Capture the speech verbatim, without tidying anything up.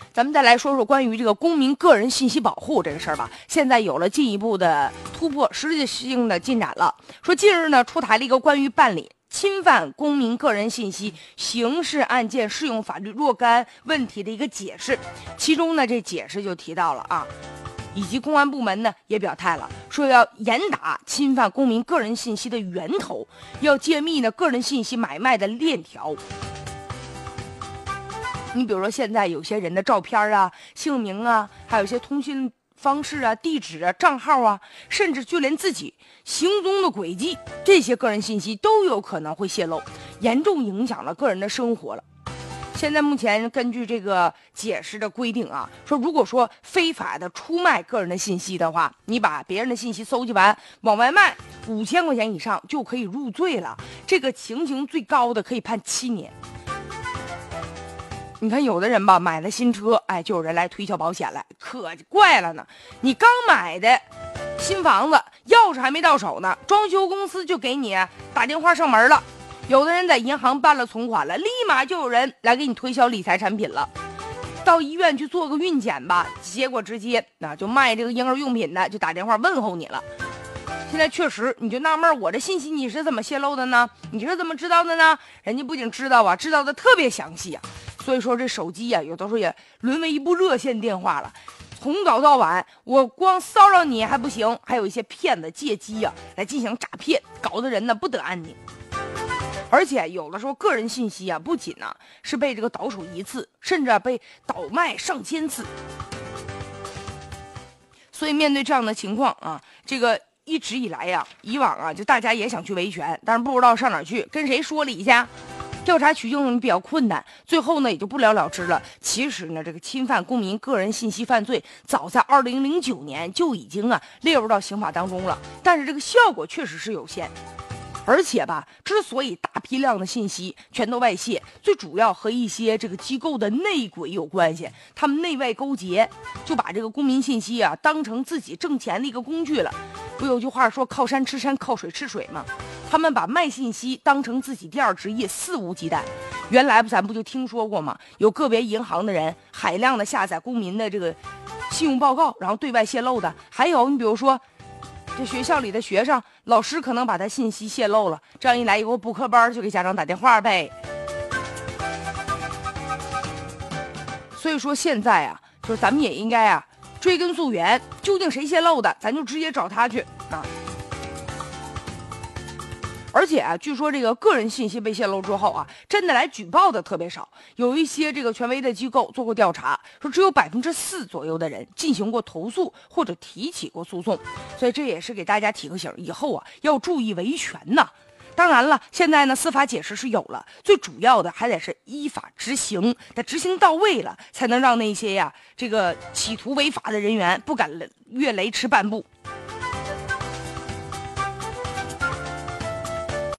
咱们再来说说关于这个公民个人信息保护这个事儿吧。现在有了进一步的突破，实质性的进展了。说近日呢，出台了一个关于办理侵犯公民个人信息刑事案件适用法律若干问题的一个解释，其中呢，这解释就提到了啊。以及公安部门呢也表态了，说要严打侵犯公民个人信息的源头，要揭秘呢个人信息买卖的链条。你比如说现在有些人的照片啊、姓名啊，还有一些通讯方式啊、地址啊、账号啊，甚至就连自己行踪的轨迹，这些个人信息都有可能会泄露，严重影响了个人的生活了。现在目前根据这个解释的规定啊，说如果说非法的出卖个人的信息的话，你把别人的信息搜集完往外卖，五千块钱以上就可以入罪了，这个情形最高的可以判七年。你看有的人吧，买了新车，哎，就有人来推销保险来，可怪了呢。你刚买的新房子，钥匙还没到手呢，装修公司就给你打电话上门了。有的人在银行办了存款了，立马就有人来给你推销理财产品了。到医院去做个孕检吧，结果直接那、啊、就卖这个婴儿用品的就打电话问候你了。现在确实你就纳闷，我这信息你是怎么泄露的呢？你是怎么知道的呢？人家不仅知道啊，知道的特别详细啊。所以说这手机啊，有的时候也沦为一部热线电话了。从早到晚，我光骚扰你还不行，还有一些骗子借机啊来进行诈骗，搞得人呢不得安宁。而且有的时候个人信息啊，不仅呢、啊、是被这个倒手一次，甚至啊被倒卖上千次。所以面对这样的情况啊，这个一直以来呀、啊，以往啊就大家也想去维权，但是不知道上哪儿去，跟谁说理去。调查取证比较困难，最后呢也就不了了之了。其实呢，这个侵犯公民个人信息犯罪，早在二零零九年就已经啊列入到刑法当中了，但是这个效果确实是有限。而且吧，之所以大批量的信息全都外泄，最主要和一些这个机构的内鬼有关系，他们内外勾结，就把这个公民信息啊当成自己挣钱的一个工具了。不有句话说靠山吃山，靠水吃水吗？他们把卖信息当成自己第二职业，肆无忌惮。原来咱不就听说过吗？有个别银行的人海量的下载公民的这个信用报告，然后对外泄露的。还有你比如说这学校里的学生，老师可能把他信息泄露了，这样一来以后补课班就给家长打电话呗。所以说现在啊，就是咱们也应该啊追根溯源，究竟谁泄露的，咱就直接找他去啊。而且啊，据说这个个人信息被泄露之后啊，真的来举报的特别少。有一些这个权威的机构做过调查，说只有百分之四左右的人进行过投诉或者提起过诉讼。所以这也是给大家提个醒，以后啊要注意维权呐。当然了，现在呢司法解释是有了，最主要的还得是依法执行，得执行到位了，才能让那些呀这个企图违法的人员不敢越雷池半步。